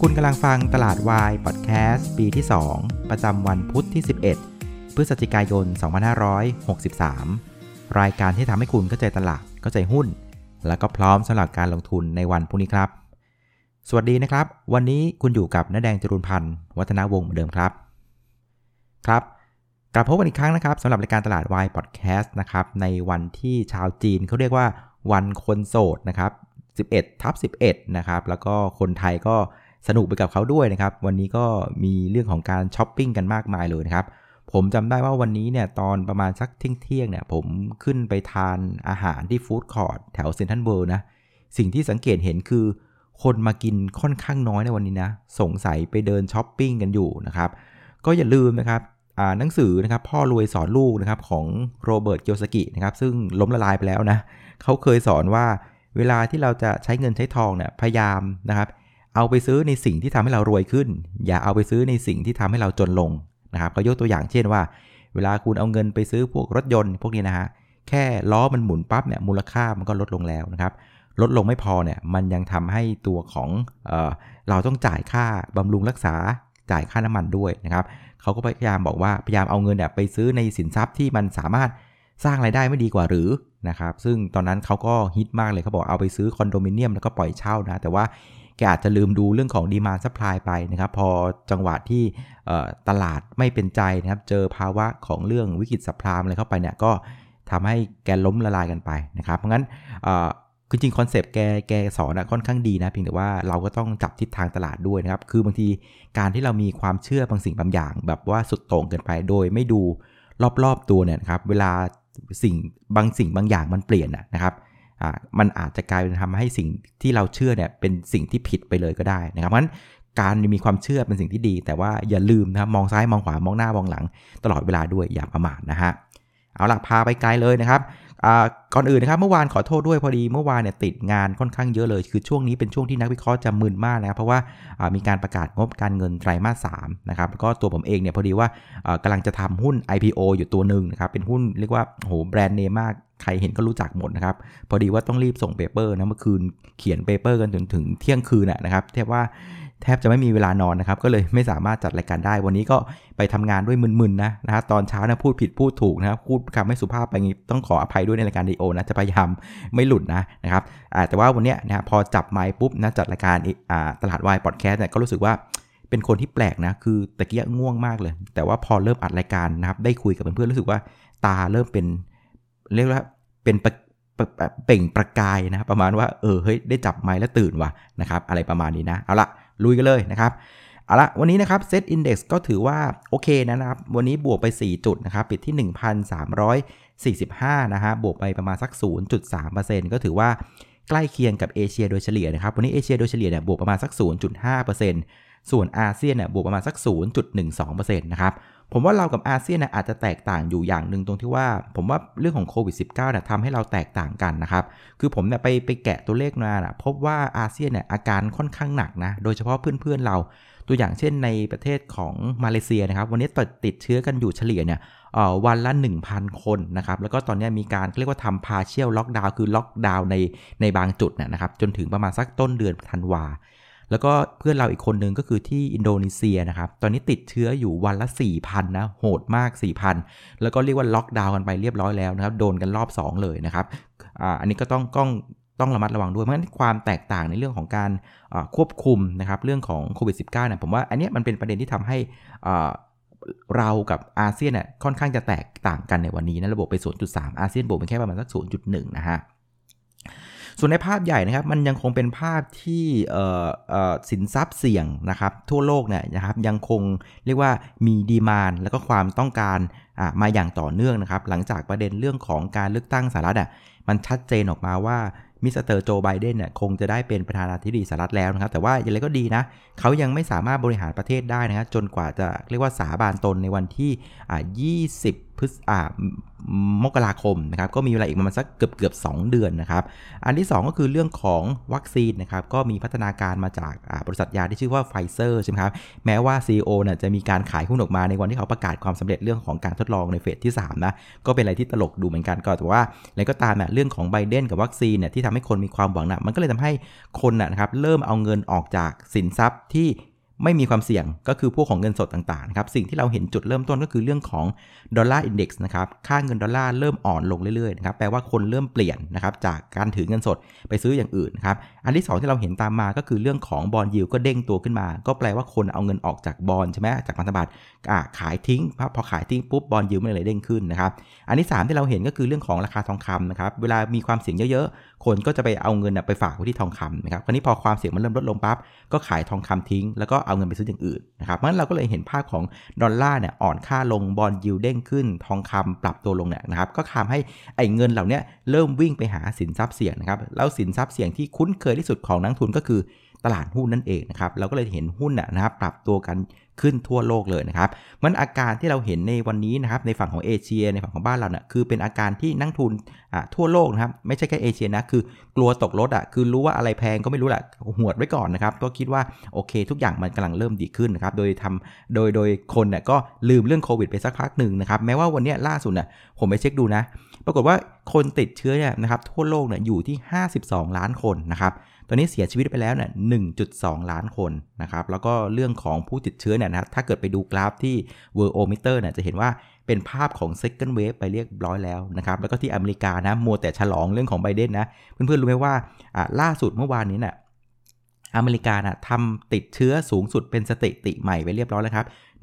คุณกำลังฟังตลาดวายพอดแคสต์ปีที่2ประจำวันพุธที่11พฤศจิกายน2563รายการที่ทำให้คุณเข้าใจตลาดเข้าใจหุ้นแล้วก็พร้อมสำหรับการลงทุนในวันพรุ่งนี้ครับสวัสดีนะครับวันนี้คุณอยู่กับณแดงจรูนพันธ์วัฒนวงศ์เหมือนเดิมครับกลับพบกันอีกครั้งนะครับสำหรับรายการตลาดวายพอดแคสต์นะครับในวันที่ชาวจีนเขาเรียกว่าวันคนโสดนะครับ11/11นะครับแล้วก็คนไทยก็สนุกไปกับเขาด้วยนะครับวันนี้ก็มีเรื่องของการช้อปปิ้งกันมากมายเลยนะครับผมจำได้ว่าวันนี้เนี่ยตอนประมาณสักเที่ยงเนี่ยผมขึ้นไปทานอาหารที่ฟู้ดคอร์ทแถวเซ็นทรัลเวิลด์นะสิ่งที่สังเกตเห็นคือคนมากินค่อนข้างน้อยในวันนี้นะสงสัยไปเดินช้อปปิ้งกันอยู่นะครับก็อย่าลืมนะครับหนังสือนะครับพ่อรวยสอนลูกนะครับของโรเบิร์ต คิโยซากินะครับซึ่งล้มละลายไปแล้วนะเขาเคยสอนว่าเวลาที่เราจะใช้เงินใช้ทองเนี่ยพยายามนะครับเอาไปซื้อในสิ่งที่ทำให้เรารวยขึ้นอย่าเอาไปซื้อในสิ่งที่ทำให้เราจนลงนะครับก็ยกตัวอย่างเช่นว่าเวลาคุณเอาเงินไปซื้อพวกรถยนต์พวกนี้นะฮะแค่ล้อมันหมุนปั๊บเนี่ยมูลค่ามันก็ลดลงแล้วนะครับลดลงไม่พอเนี่ยมันยังทำให้ตัวของเราต้องจ่ายค่าบำรุงรักษาจ่ายค่าน้ำมันด้วยนะครับเขาก็พยายามบอกว่าพยายามเอาเงินเนี่ยไปซื้อในสินทรัพย์ที่มันสามารถสร้างรายได้ไม่ดีกว่าหรือนะครับซึ่งตอนนั้นเขาก็ฮิตมากเลยเขาบอกเอาไปซื้อคอนโดมิเนียมแล้วก็ปล่อยเช่านะแต่ว่าแกอาจจะลืมดูเรื่องของดีมานด์ซัพพลายไปนะครับพอจังหวะที่ตลาดไม่เป็นใจนะครับเจอภาวะของเรื่องวิกฤตซัพพลายอะไรเข้าไปเนี่ยก็ทำให้แกล้มละลายกันไปนะครับเพราะงั้นคือจริงคอนเซปต์แกสอนค่อนข้างดีนะเพียงแต่ว่าเราก็ต้องจับทิศทางตลาดด้วยนะครับคือบางทีการที่เรามีความเชื่อบางสิ่งบางอย่างแบบว่าสุดโต่งเกินไปโดยไม่ดูรอบๆตัวเนี่ยนะครับเวลาสิ่งบางอย่างมันเปลี่ยนนะครับมันอาจจะกลายเป็นทำให้สิ่งที่เราเชื่อเนี่ยเป็นสิ่งที่ผิดไปเลยก็ได้นะครับเพราะฉะนั้นการมีความเชื่อเป็นสิ่งที่ดีแต่ว่าอย่าลืมนะครับมองซ้ายมองขวามองหน้ามองหลังตลอดเวลาด้วยอย่าประมาทนะฮะเอาล่ะพาไปไกลเลยนะครับก่อนอื่นนะครับเมื่อวานขอโทษด้วยพอดีเมื่อวานเนี่ยติดงานค่อนข้างเยอะเลยคือช่วงนี้เป็นช่วงที่นักวิเคราะห์จะมึนมากนะครับเพราะว่ามีการประกาศงบการเงินไตรมาส3นะครับแล้วก็ตัวผมเองเนี่ยพอดีว่ากำลังจะทำหุ้น IPO อยู่ตัวหนึ่งนะครับเป็นหุ้นเรียกว่าโหแบรนด์เนมมากใครเห็นก็รู้จักหมดนะครับพอดีว่าต้องรีบส่งเปเปอร์นะเมื่อคืนเขียนเปเปอร์กันจนถึงเที่ยงคืนนะครับแทบจะไม่มีเวลานอนนะครับก็เลยไม่สามารถจัดรายการได้วันนี้ก็ไปทำงานด้วยมึนๆนะฮะตอนเช้านะพูดผิดพูดถูกนะครับพูดคำไม่สุภาพไปงี้ต้องขออภัยด้วยในรายการดีโอนะจะพยายามไม่หลุดนะครับแต่ว่าวันนี้นะพอจับไมค์ปุ๊บนะจัดรายการตลาดวายพอดแคสต์เนี่ยก็รู้สึกว่าเป็นคนที่แปลกนะคือตะเกียกง่วงมากเลยแต่ว่าพอเริ่มอัดรายการนะครับได้คุยกับเพื่อนๆรู้สึกว่าตาเริ่มเป็นเรียกว่าเป็นเปล่งประกายนะประมาณว่าเฮ้ยได้จับไมค์แล้วตื่นว่ะนะครับอะไรประมาณนี้นะเอาละลุยกันเลยนะครับเอาละวันนี้นะครับ Set Index ก็ถือว่าโอเคนะครับวันนี้บวกไป4จุดนะครับปิดที่ 1,345 นะฮะบวกไปประมาณสัก 0.3% ก็ถือว่าใกล้เคียงกับเอเชียโดยเฉลี่ยนะครับวันนี้เอเชียโดยเฉลี่ยเนี่ยบวกประมาณสัก 0.5% ส่วนอาเซียนเนี่ยบวกประมาณสัก 0.12% นะครับผมว่าเรากับอาเซียนอาจจะแตกต่างอยู่อย่างหนึ่งตรงที่ว่าผมว่าเรื่องของโควิด -19 เนี่ยทำให้เราแตกต่างกันนะครับคือผมเนี่ยไปแกะตัวเลขมาพบว่าอาเซียนเนี่ยอาการค่อนข้างหนักนะโดยเฉพาะเพื่อนๆเราตัวอย่างเช่นในประเทศของมาเลเซียนะครับวันนี้ติดเชื้อกันอยู่เฉลี่ยเนี่ยวันละ 1,000 คนนะครับแล้วก็ตอนนี้มีการเรียกว่าทำ partial lockdown คือล็อกดาวน์ในบางจุดนะครับจนถึงประมาณสักต้นเดือนธันวาแล้วก็เพื่อนเราอีกคนนึงก็คือที่อินโดนีเซียนะครับตอนนี้ติดเชื้ออยู่วันละ 4,000 นะโหดมาก 4,000 แล้วก็เรียกว่าล็อกดาวน์กันไปเรียบร้อยแล้วนะครับโดนกันรอบ2เลยนะครับอันนี้ก็ต้องระมัดระวังด้วยเพราะฉะนั้นความแตกต่างในเรื่องของการควบคุมนะครับเรื่องของโควิด -19 เนี่ยผมว่าอันนี้มันเป็นประเด็นที่ทำให้เรากับอาเซียนเนี่ยค่อนข้างจะแตกต่างกันในวันนี้นะระบบไป 0.3 อาเซียนบวกเป็นแค่ประมาณสัก 0.1 นะฮะส่วนในภาพใหญ่นะครับมันยังคงเป็นภาพที่สินทรัพย์เสี่ยงนะครับทั่วโลกเนี่ยนะครับยังคงเรียกว่ามีดีมานด์แล้วก็ความต้องการมาอย่างต่อเนื่องนะครับหลังจากประเด็นเรื่องของการเลือกตั้งสหรัฐมันชัดเจนออกมาว่ามิสเตอร์โจไบเดนเนี่ยคงจะได้เป็นประธานาธิบดีสหรัฐแล้วนะครับแต่ว่าอย่างไรก็ดีนะเขายังไม่สามารถบริหารประเทศได้นะครับจนกว่าจะเรียกว่าสาบานตนในวันที่20 มกราคมนะครับก็มีเวลาอีกประมาณสักเกือบ2 เดือนนะครับอันที่2ก็คือเรื่องของวัคซีนนะครับก็มีพัฒนาการมาจากบริษัทยาที่ชื่อว่าไฟเซอร์ใช่ไหมครับแม้ว่า CEO เนี่ยจะมีการขายหุ้นออกมาในวันที่เขาประกาศความสำเร็จเรื่องของการทดลองในเฟสที่3นะก็เป็นอะไรที่ตลกดูเหมือนกันก็แต่ว่าอะไรก็ตามเนี่ยเรื่องของไบเดนกับวัคซีนเนี่ยที่ทำให้คนมีความหวังนะมันก็เลยทำให้คนนะครับเริ่มเอาเงินออกจากสินทรัพย์ที่ไม่มีความเสี่ยงก็คือพวกของเงินสดต่างๆนะครับสิ่งที่เราเห็นจุดเริ่มต้นก็คือเรื่องของดอลลาร์อินเด็กซ์นะครับค่าเงินดอลลาร์เริ่มอ่อนลงเรื่อยๆนะครับแปลว่าคนเริ่มเปลี่ยนนะครับจากการถือเงินสดไปซื้ออย่างอื่นนะครับอันที่2ที่เราเห็นตามมาก็คือเรื่องของบอนด์ยิลด์ก็เด้งตัวขึ้นมาก็แปลว่าคนเอาเงินออกจากบอนด์ใช่ไหมจากพันธบัตรขายทิ้งพอขายทิ้งปุ๊บบอนด์ยิลด์มันเลยเด้งขึ้นนะครับอันที่3ที่เราเห็นก็คือเรื่องของราคาทองคำนะครับเวลามีความเสี่ยงเยอะๆคนก็จะไปเอาเงินไปฝากไว้ที่ทองคำนะครับคราวนี้พอความเสี่ยงมันเริ่มลดลงปั๊บก็ขายทองคำทิ้งแล้วก็เอาเงินไปซื้ออย่างอื่นนะครับเพราะฉะนั้นเราก็เลยเห็นภาพของดอลลาร์เนี่ยอ่อนค่าลงบอนด์ยิลด์เด้งขึ้นทองคำปรับตัวลงเนี่ยนะครับก็ทำให้ไอ้เงินเหล่านี้เริ่มวิ่งไปหาสินทรัพย์เสี่ยงนะครับแล้วสินทรัพย์เสี่ยงที่คุ้นเคยที่สุดของนักทุนก็คือตลาดหุ้นนั่นเองนะครับเราก็เลยเห็นหุ้นนะครับปรับตัวกันขึ้นทั่วโลกเลยนะครับมันอาการที่เราเห็นในวันนี้นะครับในฝั่งของเอเชียในฝั่งของบ้านเราเนี่ยคือเป็นอาการที่นักทุนทั่วโลกนะครับไม่ใช่แค่เอเชียนะคือกลัวตกรถคือรู้ว่าอะไรแพงก็ไม่รู้แหละหวดไว้ก่อนนะครับก็คิดว่าโอเคทุกอย่างมันกำลังเริ่มดีขึ้นนะครับโดยคนเนี่ยก็ลืมเรื่องโควิดไปสักพักหนึ่งนะครับแม้ว่าวันนี้ล่าสุดเนี่ยผมไปเช็คดูนะปรากฏว่าคนติดเชื้อเนี่ยนะครับทั่วโลกเนี่ยอยู่ที่52 ล้านคนนะครับตอนนี้เสียชีวิตไปแล้วเนี่ย 1.2 ล้านคนนะครับแล้วก็เรื่องของผู้ติดเชื้อเนี่ยนะถ้าเกิดไปดูกราฟที่ Worldometer เนี่ยจะเห็นว่าเป็นภาพของ second wave ไปเรียบร้อยแล้วนะครับแล้วก็ที่อเมริกานะมัวแต่ฉลองเรื่องของไบเดนนะเพื่อนๆรู้ไหมว่าล่าสุดเมื่อวานนี้เนี่ยอเมริกาทำติดเชื้อสูงสุดเป็นสถิติใหม่ไปเรียบร้อยแล้วครับ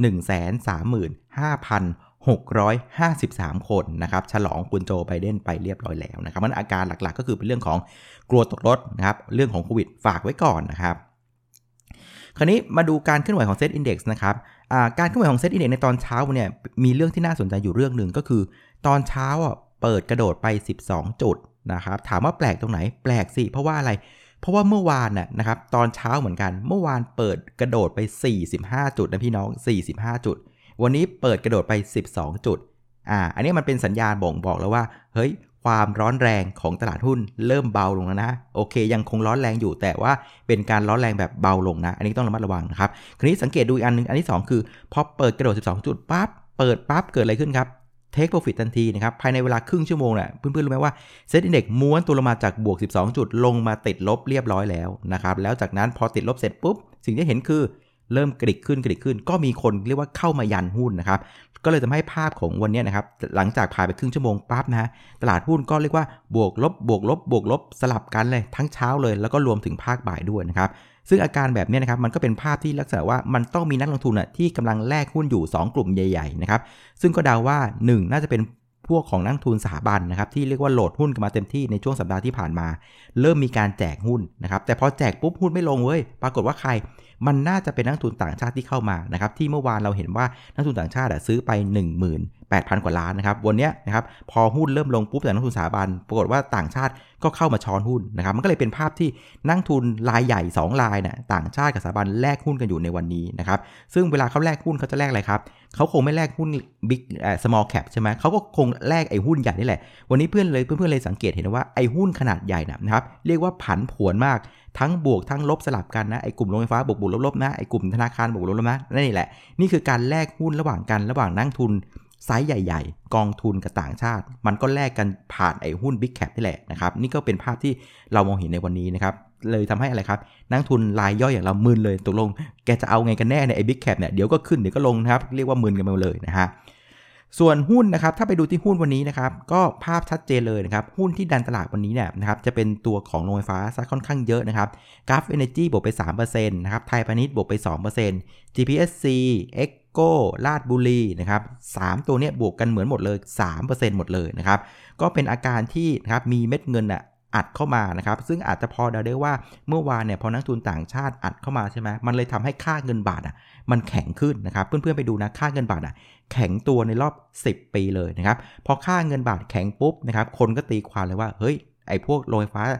135,653 คนนะครับฉลองคุณโจไบเดนไปเรียบร้อยแล้วนะครับมันอาการหลักๆก็คือเป็นเรื่องของกลัวตกรถนะครับเรื่องของโควิดฝากไว้ก่อนนะครับคราวนี้มาดูการเคลื่อนไหวของ Set Index นะครับการเคลื่อนไหวของ Set Index ในตอนเช้าเนี่ยมีเรื่องที่น่าสนใจอยู่เรื่องหนึ่งก็คือตอนเช้าเปิดกระโดดไป12 จุดนะครับถามว่าแปลกตรงไหนแปลกสิเพราะว่าอะไรเพราะว่าเมื่อวานนะครับตอนเช้าเหมือนกันเมื่อวานเปิดกระโดดไป45 จุดนะพี่น้อง45 จุดวันนี้เปิดกระโดดไป12 จุดอันนี้มันเป็นสัญญาณบ่งบอกแล้วว่าเฮ้ยความร้อนแรงของตลาดหุ้นเริ่มเบาลงแล้วนะโอเคยังคงร้อนแรงอยู่แต่ว่าเป็นการร้อนแรงแบบเบาลงนะอันนี้ต้องระมัดระวังนะครับคราวนี้สังเกตดูอีกอันนึงอันที่2คือพอเปิดกระโดด12 จุดปั๊บเปิดปั๊บเกิดอะไรขึ้นครับTake Profit ทันทีนะครับภายในเวลาครึ่งชั่วโมงเพื่อนๆรู้ไหมว่า Set Index ม้วนตัวลงมาจากบวก12 จุดลงมาติดลบเรียบร้อยแล้วนะครับแล้วจากนั้นพอติดลบเสร็จปุ๊บสิ่งที่เห็นคือเริ่มกระดิกขึ้นก็มีคนเรียกว่าเข้ามายันหุ้นนะครับก็เลยทำให้ภาพของวันนี้นะครับหลังจากผ่านไปครึ่งชั่วโมงปั๊บนะฮะตลาดหุ้นก็เรียกว่าบวกลบสลับกันเลยทั้งเช้าเลยแล้วก็รวมถึงภาคบ่ายด้วยนะครับซึ่งอาการแบบนี้นะครับมันก็เป็นภาพที่ลักษณะว่ามันต้องมีนักลงทุนที่กำลังแลกหุ้นอยู่2 กลุ่มใหญ่ๆนะครับซึ่งก็เดาว่า1น่าจะเป็นพวกของนักทุนสถาบันนะครับที่เรียกว่าโหลดหุ้นกันมาเต็มที่ในช่วงสัปดาห์ที่ผ่านมาเริ่มมีการแจกหุ้นนะครับแต่พอแจกปุ๊บหุ้นไม่ลงเว้ยปรากฏว่าใครมันน่าจะเป็นนักทุนต่างชาติที่เข้ามานะครับที่เมื่อวานเราเห็นว่านักทุนต่างชาติซื้อไป 18,000 กว่าล้านนะครับวันนี้นะครับพอหุ้นเริ่มลงปุ๊บแต่นักทุนสถาบันปรากฏว่าต่างชาติก็เข้ามาช้อนหุ้นนะครับมันก็เลยเป็นภาพที่นักทุนรายใหญ่2รายต่างชาติกับสถาบันแลกหุ้นกันอยู่ในวันนี้นะครับซึ่งเวลาเขาแลกหุ้นเขาจะแลกอะไรครับเขาคงไม่แลกหุ้น Big Small Cap ใช่ไหมเขาก็คงแลกไอ้หุ้นใหญ่นี่แหละวันนี้เพื่อนเลยสังเกตเห็นว่าไอ้หุ้นขนาดใหญ่นะครับเรียกว่าผันผวนมากทั้งบวกทั้งลบสลับกันนะไอ้กลุ่มโรงไฟฟ้าบวกลบนะไอ้กลุ่มธนาคารบวกลบนะนี่แหละนี่คือการแลกหุ้นระหว่างนักทุนไซส์ใหญ่ๆกองทุนกับต่างชาติมันก็แลกกันผ่านไอ้หุ้น Big Cap นี่แหละนะครับนี่ก็เป็นภาพที่เรามองเห็นในวันนี้นะครับเลยทำให้อะไรครับนักทุนรายย่อยอย่างเรามึนเลยตกลงแกจะเอาไงกันแน่ในไอ้ Big Cap เนี่ยเดี๋ยวก็ขึ้นเดี๋ยวก็ลงนะครับเรียกว่ามึนกันมาเลยนะฮะส่วนหุ้นนะครับถ้าไปดูที่หุ้นวันนี้นะครับก็ภาพชัดเจนเลยนะครับหุ้นที่ดันตลาดวันนี้เนี่ยนะครับจะเป็นตัวของโรงไฟฟ้าซะค่อนข้างเยอะนะครับ Gulf Energy บวกไป 3% นะครับไทยพาณิชย์บวกไป 2% GPSC Echo ลาดบุรีนะครับ3ตัวเนี้ยบวกกันเหมือนหมดเลย 3% หมดเลยนะครับก็เป็นอาการที่นะครับมีเม็ดเงินอัดเข้ามานะครับซึ่งอาจจะพอเดาได้ว่าเมื่อวานเนี่ยพอนักทุนต่างชาติอัดเข้ามาใช่ไหมมันเลยทำให้ค่าเงินบาทมันแข็งขึ้นนะครับเพื่อนๆไปดูนะค่าเงินบาทแข็งตัวในรอบ10 ปีเลยนะครับพอค่าเงินบาทแข็งปุ๊บนะครับคนก็ตีความเลยว่าเฮ้ยไอ้พวกโรงไฟฟ้า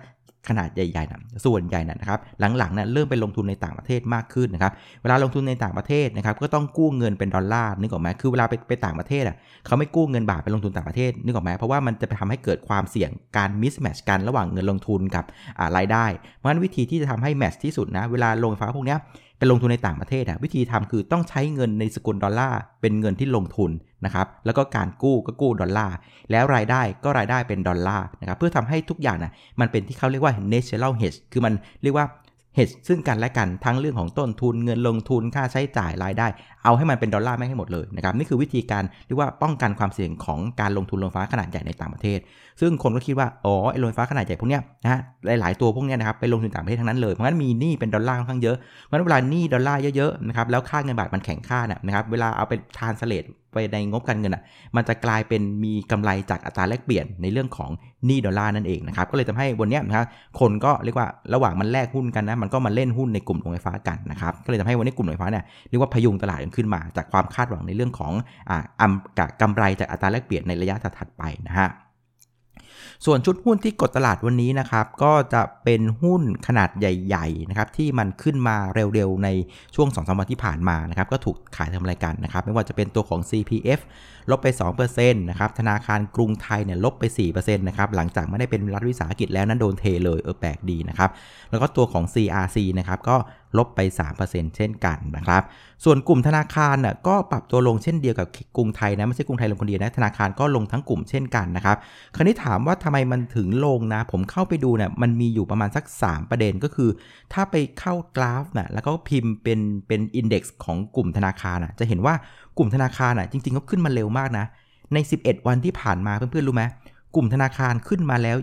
ขนาดใหญ่ๆนะส่วนใหญ่นะครับหลังๆเริ่มไปลงทุนในต่างประเทศมากขึ้นนะครับเวลาลงทุนในต่างประเทศนะครับก็ต้องกู้เงินเป็นดอลลาร์นึกออกไหมคือเวลาไปต่างประเทศเขาไม่กู้เงินบาทไปลงทุนต่างประเทศนึกออกไหมเพราะว่ามันจะไปทำให้เกิดความเสี่ยงการมิสแมทช์กันระหว่างเงินลงทุนกับรายได้เพราะฉะนั้นวิธีที่จะทำให้แมทช์ที่สุดนะเวลาลงไฟฟ้าพวกนี้ไปลงทุนในต่างประเทศวิธีทำคือต้องใช้เงินในสกุลดอลลาร์เป็นเงินที่ลงทุนนะครับแล้วก็การกู้ก็กู้ดอลลาร์แล้วรายได้ก็รายได้เป็นดอลลาร์นะครับเพื่อทำให้ทุกอย่างมันเป็นที่เขาเรียกว่า natural hedge คือมันเรียกว่า hedge ซึ่งกันและกันทั้งเรื่องของต้นทุนเงินลงทุนค่าใช้จ่ายรายได้เอาให้มันเป็นดอลลาร์ไม่ให้หมดเลยนะครับนี่คือวิธีการเรียกว่าป้องกันความเสี่ยงของการลงทุนโรงไฟฟ้าขนาดใหญ่ในต่างประเทศซึ่งคนก็คิดว่าไอ้โรงไฟฟ้าขนาดใหญ่พวกเนี้ยนะหลายๆตัวพวกเนี้ยนะครับไปลงทุนต่างประเทศทั้งนั้นเลยเพราะงั้นมีหนี้เป็นดอลลาร์ค่อนข้างเยอะเพราะงั้นเวลาหนี้ดอลลาร์เยอะๆนะครับแล้วค่าเงินบาทมันแข็งค่านะครับเวลาเอาไปทรานสเลทไปในงบการเงินมันจะกลายเป็นมีกำไรจากอัตราแลกเปลี่ยนในเรื่องของหนี้ดอลลาร์นั่นเองนะครับก็เลยทำให้วันนี้นะครับคนก็เรียกว่าระหว่างมันแลกหุ้นกันมันก็มาเล่นหุ้นในกลุ่มโรงไฟฟ้ากันนะครับก็เลยทำให้วันนี้กลุ่มโรงไฟฟ้าเรียกว่าพยุงตลาดขึ้นมาจากความคาดหวังในเรื่องของกำไรจากอัตราแลกเปลี่ยนในระยะถัดไปนะฮะส่วนชุดหุ้นที่กดตลาดวันนี้นะครับก็จะเป็นหุ้นขนาดใหญ่ๆนะครับที่มันขึ้นมาเร็วๆในช่วง 2-3 วันที่ผ่านมานะครับก็ถูกขายทำรายการนะครับไม่ว่าจะเป็นตัวของ CPF ลบไป 2% นะครับธนาคารกรุงไทยลบไป 4% นะครับหลังจากไม่ได้เป็นรัฐวิสาหกิจแล้วนั้นโดนเทเลยแปลกดีนะครับแล้วก็ตัวของ CRC นะครับก็ลบไป 3% เช่นกันนะครับส่วนกลุ่มธนาคารก็ปรับตัวลงเช่นเดียวกับกรุงไทยนะไม่ใช่กรุงไทยลงคนเดียวนะธนาคารก็ลงทั้งกลุ่มเช่นกันนะครับคราวนี้ถามว่าทำไมมันถึงลงนะผมเข้าไปดูมันมีอยู่ประมาณสัก3ประเด็นก็คือถ้าไปเข้ากราฟแล้วก็พิมพ์เป็นอินเด็กซ์ของกลุ่มธนาคารจะเห็นว่ากลุ่มธนาคารจริงๆก็ขึ้นมาเร็วมากนะใน11วันที่ผ่านมาเพื่อนๆรู้ไหมกลุ่มธนาคารขึ้นมาแล้ว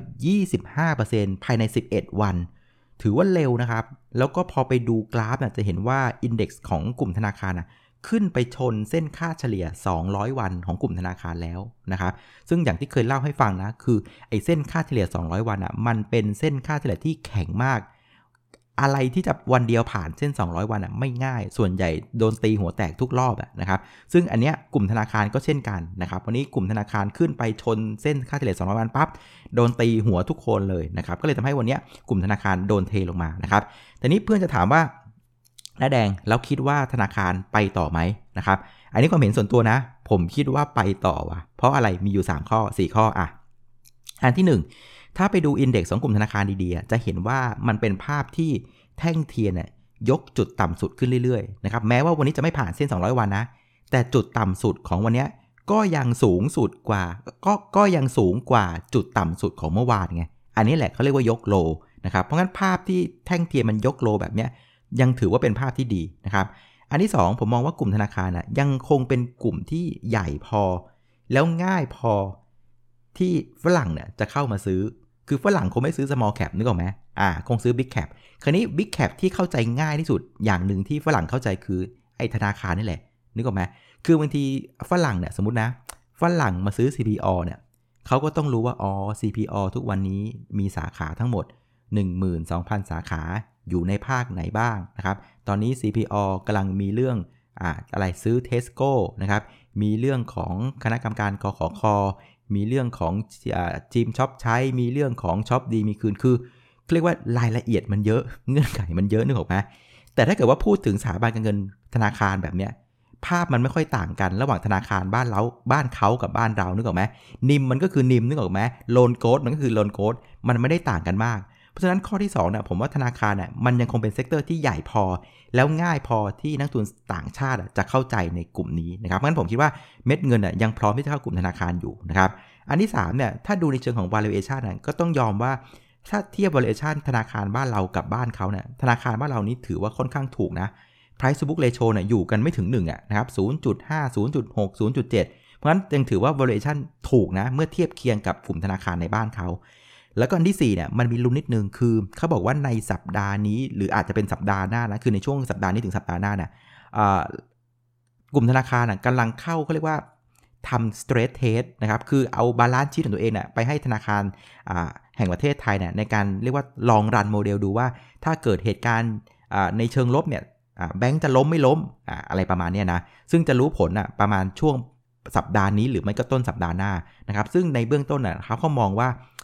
25% ภายใน11วันถือว่าเร็วนะครับแล้วก็พอไปดูกราฟจะเห็นว่าอินเด็กซ์ของกลุ่มธนาคารขึ้นไปชนเส้นค่าเฉลี่ย200วันของกลุ่มธนาคารแล้วนะครับซึ่งอย่างที่เคยเล่าให้ฟังนะคือไอ้เส้นค่าเฉลี่ย200วันมันเป็นเส้นค่าเฉลี่ยที่แข็งมากอะไรที่จะวันเดียวผ่านเส้น200วันไม่ง่ายส่วนใหญ่โดนตีหัวแตกทุกรอบนะครับซึ่งอันเนี้ยกลุ่มธนาคารก็เช่นกันนะครับวันนี้กลุ่มธนาคารขึ้นไปชนเส้นค่าเฉลี่ย200วันปั๊บโดนตีหัวทุกคนเลยนะครับก็เลยทำให้วันนี้กลุ่มธนาคารโดนเทลงมานะครับแต่นี้เพื่อนจะถามว่าน้าแดงแล้วคิดว่าธนาคารไปต่อไหมนะครับอันนี้ความเห็นส่วนตัวนะผมคิดว่าไปต่อว่ะเพราะอะไรมีอยู่3ข้อ4ข้ออันที่1ถ้าไปดูอินเด็กซ์ของกลุ่มธนาคารดีๆจะเห็นว่ามันเป็นภาพที่แท่งเทียนยกจุดต่ำสุดขึ้นเรื่อยๆนะครับแม้ว่าวันนี้จะไม่ผ่านเส้น200วันนะแต่จุดต่ำสุดของวันนี้ก็ยังสูงสุดกว่าก็ยังสูงกว่าจุดต่ำสุดของเมื่อวานไงอันนี้แหละเขาเรียกว่ายกโลนะครับเพราะงั้นภาพที่แท่งเทียนมันยกโลแบบนี้ยังถือว่าเป็นภาพที่ดีนะครับอันที่2ผมมองว่ากลุ่มธนาคารยังคงเป็นกลุ่มที่ใหญ่พอแล้วง่ายพอที่ฝรั่งจะเข้ามาซื้อคือฝรั่งคงไม่ซื้อ small cap นึกออกไหมคงซื้อ big cap คราวนี้ big cap ที่เข้าใจง่ายที่สุดอย่างหนึ่งที่ฝรั่งเข้าใจคือไอ้ธนาคารนี่แหละนึกออกไหมคือบางทีฝรั่งสมมุตินะฝรั่งมาซื้อ CPO เขาก็ต้องรู้ว่าCPO ทุกวันนี้มีสาขาทั้งหมด 12,000 สาขาอยู่ในภาคไหนบ้างนะครับตอนนี้ CPO กำลังมีเรื่องอะไรซื้อ Tesco นะครับมีเรื่องของคณะกรรมการกขค.มีเรื่องของจิมช็อปใช้มีเรื่องของช็อปดีมีคืนคือเรียกว่ารายละเอียดมันเยอะเงื่อนไขมันเยอะนึกออกไหมแต่ถ้าเกิดว่าพูดถึงสถาบันการเงินธนาคารแบบเนี้ยภาพมันไม่ค่อยต่างกันระหว่างธนาคารบ้านเขากับบ้านเรานึกออกไหมนิมมันก็คือนิมนึกออกไหมโลนโค้ดมันก็คือโลนโค้ดมันไม่ได้ต่างกันมากเพราะฉะนั้นข้อที่2ผมว่าธนาคารมันยังคงเป็นเซกเตอร์ที่ใหญ่พอแล้วง่ายพอที่นักทุนต่างชาติจะเข้าใจในกลุ่มนี้นะครับเพราะฉะนั้นผมคิดว่าเม็ดเงินยังพร้อมที่จะเข้ากลุ่มธนาคารอยู่นะครับอันที่3ถ้าดูในเชิงของ valuation ก็ต้องยอมว่าถ้าเทียบ valuation ธนาคารบ้านเรากับบ้านเขาธนาคารบ้านเรานี้ถือว่าค่อนข้างถูกนะ price to book ratio อยู่กันไม่ถึง1นะครับ 0.5 0.6 0.7 เพราะฉะนั้นยังถือว่า valuation ถูกนะเมื่อเทียบเคียงกับกลุ่มธนาคารในบ้านเขาแล้วก็อันที่4มันมีลุ้นนิดนึงคือเขาบอกว่าในสัปดาห์นี้หรืออาจจะเป็นสัปดาห์หน้านะคือในช่วงสัปดาห์นี้ถึงสัปดาห์หน้า กลุ่มธนาคารกำลังเข้าเขาเรียกว่าทำ stress test นะครับคือเอา balance sheet ของตัวเองไปให้ธนาคารแห่งประเทศไทยในการเรียกว่าลองรันโมเดลดูว่าถ้าเกิดเหตุการณ์ในเชิงลบแบงก์จะล้มไม่ล้มอะไรประมาณนี้นะซึ่งจะรู้ผลประมาณช่วงสัปดาห์นี้หรือไม่ก็ต้นสัปดาห์หน้านะครับซึ่งในเบื้องต้นเขามองว่า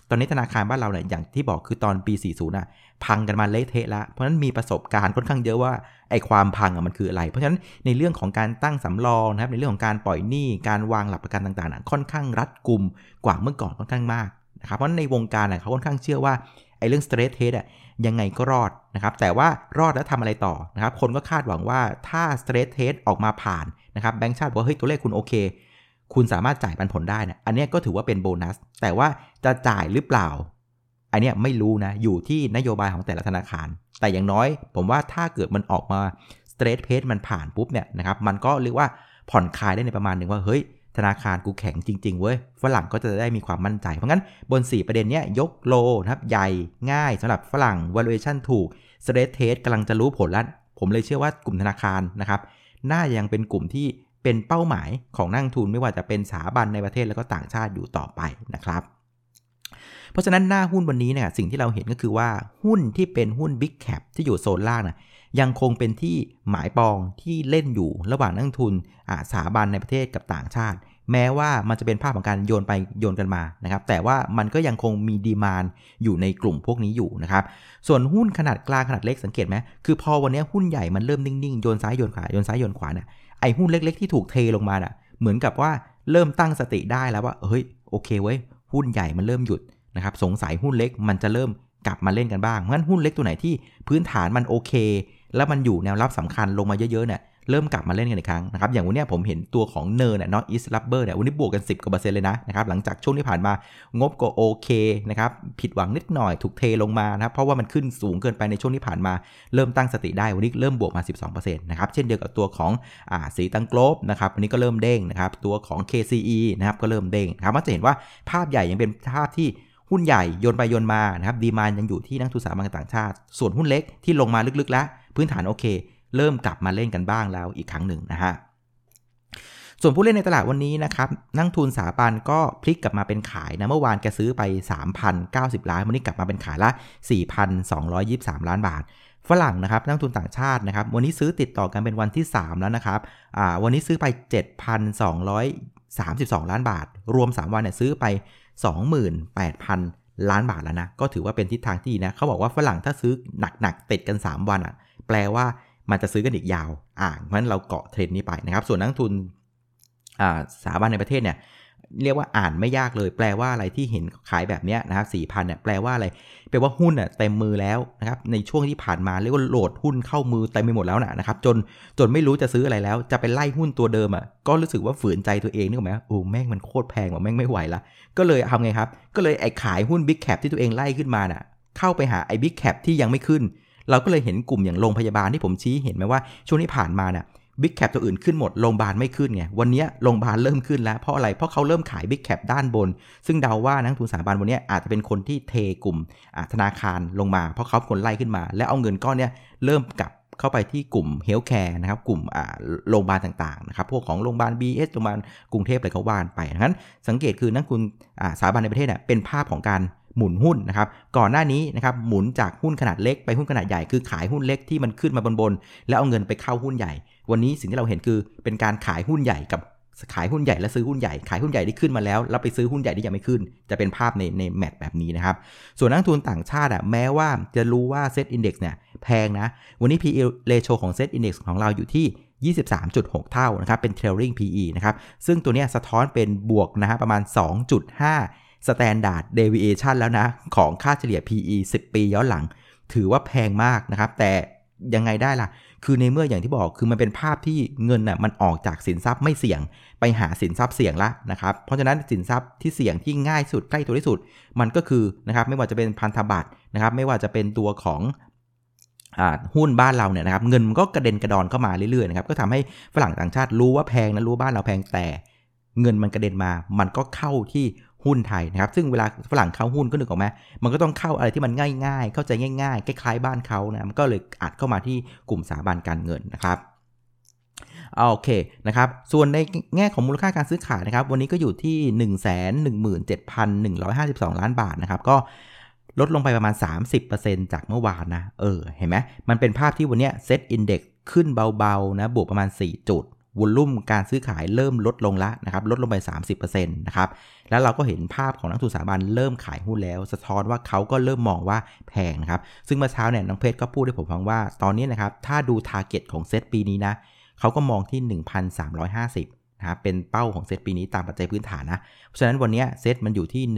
ตอนนี้ธนาคารบ้านเราเนี่ยอย่างที่บอกคือตอนปี40น่ะพังกันมาเละเทะแล้วเพราะฉะนั้นมีประสบการณ์ค่อนข้างเยอะว่าไอ้ความพังมันคืออะไรเพราะฉะนั้นในเรื่องของการตั้งสำรองนะครับในเรื่องของการปล่อยหนี้การวางหลักประกันต่างๆค่อนข้างรัดกุมกว่าเมื่อก่อนค่อนข้างมากนะครับเพราะในวงการเขาค่อนข้างเชื่อว่าไอ้เรื่อง stress test ยังไงก็รอดนะครับแต่ว่ารอดแล้วทำอะไรต่อนะครับคนก็คาดหวังว่าถ้า stress test ออกมาผ่านนะครับแบงก์ชาติบอกเฮ้ยตัวเลขคุณโอเคคุณสามารถจ่ายปันผลได้นะอันนี้ก็ถือว่าเป็นโบนัสแต่ว่าจะจ่ายหรือเปล่าอันนี้ไม่รู้นะอยู่ที่นโยบายของแต่ละธนาคารแต่อย่างน้อยผมว่าถ้าเกิดมันออกมา stress test มันผ่านปุ๊บเนี่ยนะครับมันก็เรียกว่าผ่อนคลายได้ในประมาณหนึ่งว่าเฮ้ยธนาคารกูแข็งจริงๆเว้ยฝรั่งก็จะได้มีความมั่นใจเพราะงั้นบน4ประเด็นนี้ยกโลนะครับใหญ่ง่ายสำหรับฝรั่ง valuation ถูก stress test กำลังจะรู้ผลแล้วผมเลยเชื่อว่ากลุ่มธนาคารนะครับน่ายังเป็นกลุ่มที่เป็นเป้าหมายของนักลงทุนไม่ว่าจะเป็นสถาบันในประเทศแล้วก็ต่างชาติอยู่ต่อไปนะครับเพราะฉะนั้นหน้าหุ้นวันนี้เนี่ยสิ่งที่เราเห็นก็คือว่าหุ้นที่เป็นหุ้น Big Cap ที่อยู่โซนล่างนะยังคงเป็นที่หมายปองที่เล่นอยู่ระหว่างนักลงทุนสถาบันในประเทศกับต่างชาติแม้ว่ามันจะเป็นภาพของการโยนไปโยนกันมานะครับแต่ว่ามันก็ยังคงมีดีมานด์อยู่ในกลุ่มพวกนี้อยู่นะครับส่วนหุ้นขนาดกลางขนาดเล็กสังเกตไหมคือพอวันนี้หุ้นใหญ่มันเริ่มนิ่งๆโยนซ้ายโยนขวาโยนซ้ายโยนขวาเนี่ยไอ้หุ้นเล็กๆที่ถูกเทลงมาน่ะเหมือนกับว่าเริ่มตั้งสติได้แล้วว่าเฮ้ยโอเคเว้ยหุ้นใหญ่มันเริ่มหยุดนะครับสงสัยหุ้นเล็กมันจะเริ่มกลับมาเล่นกันบ้างเพราะฉะนั้นหุ้นเล็กตัวไหนที่พื้นฐานมันโอเคแล้วมันอยู่แนวรับสำคัญลงมาเยอะๆเนี่ยเริ่มกลับมาเล่นกันอีกครั้งนะครับอย่างวันนี้ผมเห็นตัวของเนอร์เนี่ย North East Rubber เนี่ยวันนี้บวกกัน10%เลยนะครับหลังจากช่วงที่ผ่านมางบก็โอเคนะครับผิดหวังนิดหน่อยถูกเทลงมานะครับเพราะว่ามันขึ้นสูงเกินไปในช่วงที่ผ่านมาเริ่มตั้งสติได้วันนี้เริ่มบวกมา 12% นะครับเช่นเดียวกับตัวของสีตังโกลบนะครับวันนี้ก็เริ่มเด้งนะครับตัวของ KCE นะครับก็เริ่มเด้งนะครับมันจะเห็นว่าภาพใหญ่ยังเป็นภาพที่หุ้นใหญ่โยนไปโยนมานะครับดีมานด์ยังอยู่ที่นักทุนสถาบันต่างชาติส่วนหุ้นเล็กที่ลงมาลึกๆแล้วพื้นฐานโอเคเริ่มกลับมาเล่นกันบ้างแล้วอีกครั้งหนึ่งนะฮะส่วนผู้เล่นในตลาดวันนี้นะครับนักทุนสถาบันก็พลิกกลับมาเป็นขายนะเมื่อวานแกซื้อไป 3,090 ล้านวันนี้กลับมาเป็นขายละ 4,223 ล้านบาทฝรั่งนะครับนักทุนต่างชาตินะครับวันนี้ซื้อติดต่อกันเป็นวันที่3แล้วนะครับวันนี้ซื้อไป 7,232 ล้านบาทรวม3วันเนี่ยซื้อไป 28,000 ล้านบาทแล้วนะก็ถือว่าเป็นทิศทางที่ดีนะเขาบอกว่าฝรั่งถ้าซื้อหนักๆติดกัน3วันแปลว่ามันจะซื้อกันอีกยาวเพราะฉะนั้นเราเกาะเทรนด์นี้ไปนะครับส่วนนักทุนสถาบันในประเทศเนี่ยเรียกว่าอ่านไม่ยากเลยแปลว่าอะไรที่เห็นขายแบบนี้นะครับ 4,000 เนี่ยแปลว่าอะไรแปลว่าหุ้นเต็มมือแล้วนะครับในช่วงที่ผ่านมาเรียกว่าโหลดหุ้นเข้ามือเต็มไปหมดแล้วนะครับจนไม่รู้จะซื้ออะไรแล้วจะไปไล่หุ้นตัวเดิมก็รู้สึกว่าฝืนใจตัวเองนึกออกไหมโอ้แม่งมันโคตรแพงว่ะแม่งไม่ไหวละก็เลยทำไงครับก็เลยไอ้ขายหุ้น Big Cap ที่ตัวเองไล่ขึ้นมาเข้าไปหาไอ้ Big Cap ที่ยังไม่ขึ้นเราก็เลยเห็นกลุ่มอย่างโรงพยาบาลที่ผมชี้เห็นไหมว่าช่วงที่ผ่านมาBig Cap ตัวอื่นขึ้นหมดโรงพยาบาลไม่ขึ้นไงวันนี้โรงพยาบาลเริ่มขึ้นแล้วเพราะอะไรเพราะเขาเริ่มขาย Big Cap ด้านบนซึ่งเดาว่านักทุนสถาบันวันนี้อาจจะเป็นคนที่เทกลุ่มธนาคารลงมาเพราะเขาคนไล่ขึ้นมาแล้วเอาเงินก้อนนี้เริ่มกลับเข้าไปที่กลุ่ม Healthcare นะครับกลุ่มโรงพยาบาลต่างๆนะครับพวกของโรงพยาบาล BS โรงพยาบาลกรุงเทพอะไรเขาว่าไปงั้นสังเกตคือนักทุนสถาบันในประเทศเป็นภาพของการหมุนหุ้นนะครับก่อนหน้านี้นะครับหมุนจากหุ้นขนาดเล็กไปหุ้นขนาดใหญ่คือขายหุ้นเล็กที่มันขึ้นมาบนแล้วเอาเงินไปเข้าหุ้นใหญ่วันนี้สิ่งที่เราเห็นคือเป็นการขายหุ้นใหญ่กับขายหุ้นใหญ่และซื้อหุ้นใหญ่ขายหุ้นใหญ่ที่ขึ้นมาแล้วไปซื้อหุ้นใหญ่ที่ยังไม่ขึ้นจะเป็นภาพในแมทแบบนี้นะครับส่วนนักทุนต่างชาติแม้ว่าจะรู้ว่า Set Index เนี่ยแพงนะวันนี้ PE ratio ของ Set Index ของเราอยู่ที่ 23.6 เท่านะครับเป็น trailing PE นะครับซึ่งตัวนี้สะท้อนเป็นบวกนะฮะประมาณ 2.5 Standard Deviation แล้วนะของค่าเฉลี่ย PE 10 ปีย้อนหลังถือว่าแพงมากนะครับแต่ยังไงได้ล่ะคือในเมื่ออย่างที่บอกคือมันเป็นภาพที่เงินมันออกจากสินทรัพย์ไม่เสี่ยงไปหาสินทรัพย์เสี่ยงละนะครับเพราะฉะนั้นสินทรัพย์ที่เสี่ยงที่ง่ายสุดใกล้ตัวที่สุดมันก็คือนะครับไม่ว่าจะเป็นพันธบัตรนะครับไม่ว่าจะเป็นตัวของหุ้นบ้านเราเนี่ยนะครับเงินมันก็กระเด็นกระดอนเข้ามาเรื่อยๆนะครับก็ทำให้ฝรั่งต่างชาติรู้ว่าแพงนะรู้บ้านเราแพงแต่เงินมันกระเด็นมามันก็เข้าที่หุ้นไทยนะครับซึ่งเวลาฝรั่งเข้าหุ้นก็นึกออกไหมมันก็ต้องเข้าอะไรที่มันง่ายๆเข้าใจง่ายๆคล้ายๆบ้านเขานะมันก็เลยอัดเข้ามาที่กลุ่มสถาบันการเงินนะครับโอเคนะครับส่วนในแง่ของมูลค่าการซื้อขายนะครับวันนี้ก็อยู่ที่ 117,152 ล้านบาทนะครับก็ลดลงไปประมาณ 30% จากเมื่อวานนะเห็นไหมมันเป็นภาพที่วันนี้ Set Index ขึ้นเบาๆนะบวกประมาณ4จุดวอลลุ่มการซื้อขายเริ่มลดลงแล้วนะครับลดลงไป 30% นะครับแล้วเราก็เห็นภาพของนักทุนสถาบันเริ่มขายหุ้นแล้วสะท้อนว่าเขาก็เริ่มมองว่าแพงนะครับซึ่งเมื่อเช้าเนี่ยน้องเพชรก็พูดให้ผมฟังว่าตอนนี้นะครับถ้าดู target ของเซตปีนี้นะเขาก็มองที่ 1,350 นะครับเป็นเป้าของเซตปีนี้ตามปัจจัยพื้นฐานนะเพราะฉะนั้นวันนี้เซตมันอยู่ที่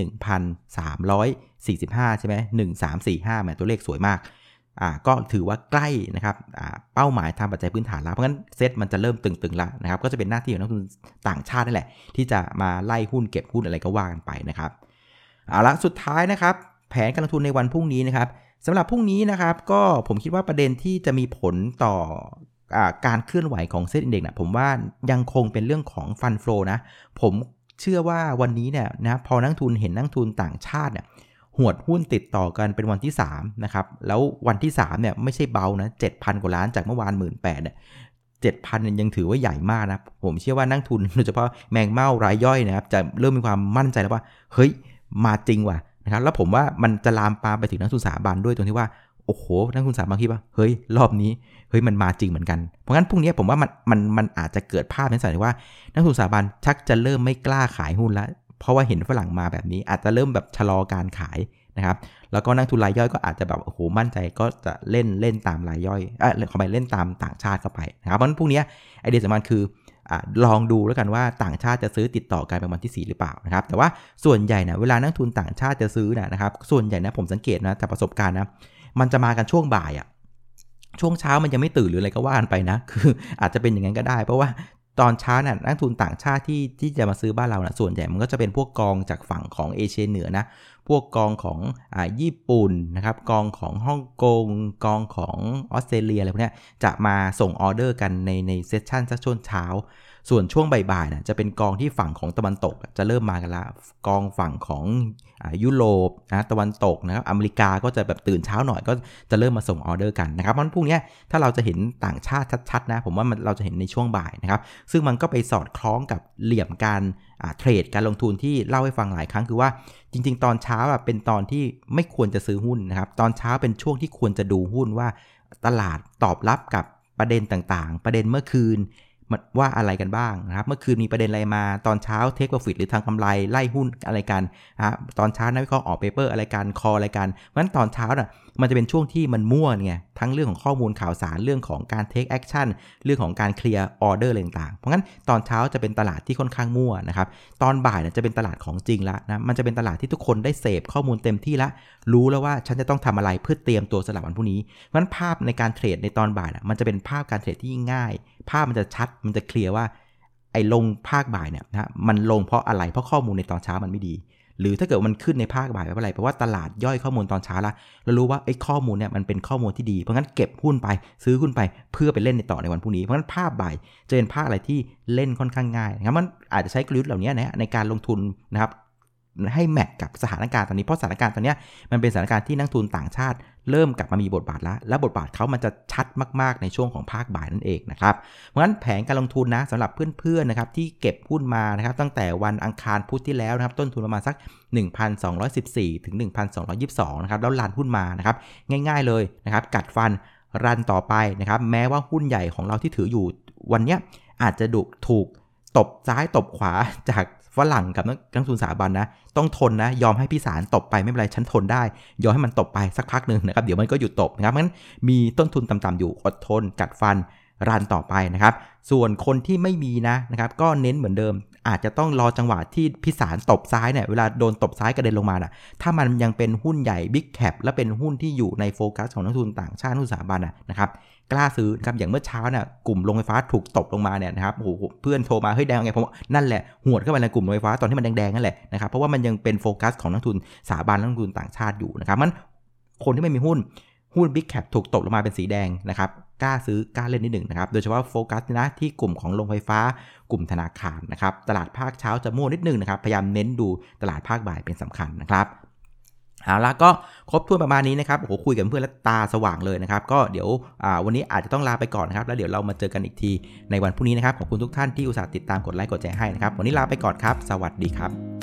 1,345 ใช่ไหม1345แหมตัวเลขสวยมากก็ถือว่าใกล้นะครับเป้าหมายทางปัจจัยพื้นฐานแล้วเพราะงั้นเซตมันจะเริ่มตึงๆแล้วนะครับก็จะเป็นหน้าที่ของนักทุนต่างชาตินั่นแหละที่จะมาไล่หุ้นเก็บหุ้นอะไรก็ว่ากันไปนะครับเอาละสุดท้ายนะครับแผนการลงทุนในวันพรุ่งนี้นะครับสำหรับพรุ่งนี้นะครับก็ผมคิดว่าประเด็นที่จะมีผลต่อการเคลื่อนไหวของเซ็ตอินเด็กซ์นะผมว่ายังคงเป็นเรื่องของฟันโฟลนะผมเชื่อว่าวันนี้เนี่ยนะพอนักทุนเห็นนักทุนต่างชาติเนี่ยหวดหุ้นติดต่อกันเป็นวันที่3นะครับแล้ววันที่3เนี่ยไม่ใช่เบานะ 7,000 กว่าล้านจากเมื่อวาน 18,000 เนี่ย 7,000 เนี่ยยังถือว่าใหญ่มากนะผมเชื่อว่านักทุนโดยเฉพาะแมงเม่ารายย่อยนะครับจะเริ่มมีความมั่นใจแล้วว่าเฮ้ยมาจริงว่ะนะครับแล้วผมว่ามันจะลามปามไปถึงนักทุนสถาบันด้วยตรงที่ว่าโอ้โหนักทุนสถาบันคิดว่าเฮ้ยรอบนี้เฮ้ยมันมาจริงเหมือนกันเพราะงั้นพรุ่งนี้ผมว่ามันอาจจะเกิดภาพในสถานที่ว่านักทุนสถาบันชักจะเริ่มไม่กล้าขายหุ้นแล้วเพราะว่าเห็นฝรั่งมาแบบนี้อาจจะเริ่มแบบชะลอการขายนะครับแล้วก็นักทุนรายย่อยก็อาจจะแบบโอ้โหมั่นใจก็จะเล่นตามรายย่อยเข้าไปเล่นตามต่างชาติเข้าไปนะครับเพราะฉะนั้นพรุ่งนี้ไอเดียสำคัญคือลองดูแล้วกันว่าต่างชาติจะซื้อติดต่อกันเป็นวันที่4หรือเปล่านะครับแต่ว่าส่วนใหญ่นะเวลานักทุนต่างชาติจะซื้อนะครับส่วนใหญ่นะผมสังเกตนะจากประสบการณ์นะมันจะมากันช่วงบ่ายช่วงเช้ามันยังไม่ตื่นหรืออะไรก็ว่ากันไปนะคืออาจจะเป็นอย่างนั้นก็ได้เพราะว่าตอนเช้าน่ะนักทุนต่างชาติที่จะมาซื้อบ้านเรานะส่วนใหญ่มันก็จะเป็นพวกกองจากฝั่งของเอเชียเหนือนะพวกกองของญี่ปุ่นนะครับกองของฮ่องกงกองของออสเตรเลียอะไรพวกนี้จะมาส่งออเดอร์กันในเซสชั่นสักช่วงเช้าส่วนช่วงบ่ายๆนะจะเป็นกองที่ฝั่งของตะวันตกจะเริ่มมากันละกองฝั่งของยุโรปนะตะวันตกนะครับอเมริกาก็จะแบบตื่นเช้าหน่อยก็จะเริ่มมาส่งออเดอร์กันนะครับเพราะฉะนั้นพรุ่งนี้ถ้าเราจะเห็นต่างชาติชัดๆนะผมว่าเราจะเห็นในช่วงบ่ายนะครับซึ่งมันก็ไปสอดคล้องกับเหลี่ยมการเทรดการลงทุนที่เล่าให้ฟังหลายครั้งคือว่าจริงๆตอนเช้าเป็นตอนที่ไม่ควรจะซื้อหุ้นนะครับตอนเช้าเป็นช่วงที่ควรจะดูหุ้นว่าตลาดตอบรับกับประเด็นต่างๆประเด็นเมื่อคืนว่าอะไรกันบ้างนะครับเมื่อคืนมีประเด็นอะไรมาตอนเช้าเทคโปรฟิตหรือทางกำไรไล่หุ้นอะไรกันตอนเช้านักวิเคราะห์ออกเปเปอร์อะไรกันคออะไรกันเพราะฉะนั้นตอนเช้าน่ะมันจะเป็นช่วงที่มันมั่วไงทั้งเรื่องของข้อมูลข่าวสารเรื่องของการเทคแอคชั่นเรื่องของการเคลียร์ออเดอร์ต่างๆเพราะงั้นตอนเช้าจะเป็นตลาดที่ค่อนข้างมั่วนะครับตอนบ่ายจะเป็นตลาดของจริงละนะมันจะเป็นตลาดที่ทุกคนได้เสพข้อมูลเต็มที่ละรู้แล้วว่าฉันจะต้องทำอะไรเพื่อเตรียมตัวสำหรับวันพรุ่งนี้เพราะฉะนั้นภาพในการเทรดในตอนบ่ายมันจะเป็นภาพการเทรดที่ง่ายภาพมันจะชัดมันจะเคลียร์ว่าไอ้ลงภาคบ่ายเนี่ยนะมันลงเพราะอะไรเพราะข้อมูลในตอนเช้ามันไม่ดีหรือถ้าเกิดมันขึ้นในภาคบ่ายเพราะอะไรเพราะว่าตลาดย่อยข้อมูลตอนเช้าละแล้วรู้ว่าไอ้ข้อมูลเนี่ยมันเป็นข้อมูลที่ดีเพราะงั้นเก็บหุ้นไปซื้อหุ้นไปเพื่อไปเล่นในต่อในวันพรุ่งนี้เพราะงั้นภาพบ่ายจะเป็นภาคอะไรที่เล่นค่อนข้างง่ายนะครับมันอาจจะใช้กลยุทธ์เหล่านี้นะในการลงทุนนะครับให้แมทกับสถานการณ์ตอนนี้เพราะสถานการณ์ตอนนี้มันเป็นสถานการณ์ที่นักทุนต่างชาติเริ่มกลับมามีบทบาทแล้วและบทบาทเขามันจะชัดมากๆในช่วงของภาคบ่ายนั่นเองนะครับเพราะฉะนั้นแผนการลงทุนนะสำหรับเพื่อนๆนะครับที่เก็บหุ้นมานะครับตั้งแต่วันอังคารพุธที่แล้วนะครับต้นทุนประมาณสัก 1,214 ถึง 1,222 นะครับแล้วรันหุ้นมานะครับง่ายๆเลยนะครับกัดฟันรันต่อไปนะครับแม้ว่าหุ้นใหญ่ของเราที่ถืออยู่วันนี้อาจจะถูกตบซ้ายตบขวาจากฝรั่งกับนักทุนสถาบันนะต้องทนนะยอมให้พี่สารตบไปไม่เป็นไรฉันทนได้ยอมให้มันตบไปสักพักนึงนะครับเดี๋ยวมันก็หยุดตบนะครับงั้นมีต้นทุนต่ำๆอยู่อดทนกัดฟันรันต่อไปนะครับส่วนคนที่ไม่มีนะครับก็เน้นเหมือนเดิมอาจจะต้องรอจังหวะที่พี่สารตบซ้ายเนี่ยเวลาโดนตบซ้ายกระเด็นลงมาน่ะถ้ามันยังเป็นหุ้นใหญ่บิ๊กแคปและเป็นหุ้นที่อยู่ในโฟกัสของนักทุนต่างชาตินักทุนสถาบันนะครับกล้าซื้อครับอย่างเมื่อเช้าเนี่ยกลุ่มโรงไฟฟ้าถูกตบลงมาเนี่ยนะครับโอ้โหเพื่อนโทรมาเฮ้ยแดงไงผมนั่นแหละหวดเข้าไปในกลุ่มโรงไฟฟ้าตอนที่มันแดงๆนั่นแหละนะครับเพราะว่ามันยังเป็นโฟกัสของนักทุนสถาบันนักทุนต่างชาติอยู่นะครับมันคนที่ไม่มีหุ้นบิ๊กแคปถูกตบลงมาเป็นสีแดงนะครับกล้าซื้อกล้าเล่นนิดหนึ่งนะครับโดยเฉพาะโฟกัสนะที่กลุ่มของโรงไฟฟ้ากลุ่มธนาคารนะครับตลาดภาคเช้าจะมั่วนิดนึงนะครับพยายามเน้นดูตลาดภาคบ่ายเป็นสำคัญนะครับเอาละก็ครบถ้วนประมาณนี้นะครับโอ้โหคุยกับเพื่อนแล้วตาสว่างเลยนะครับก็เดี๋ยววันนี้อาจจะต้องลาไปก่อนนะครับแล้วเดี๋ยวเรามาเจอกันอีกทีในวันพรุ่งนี้นะครับขอบคุณทุกท่านที่อุตส่าห์ติดตามกดไลค์กดแชร์ให้นะครับวันนี้ลาไปก่อนครับสวัสดีครับ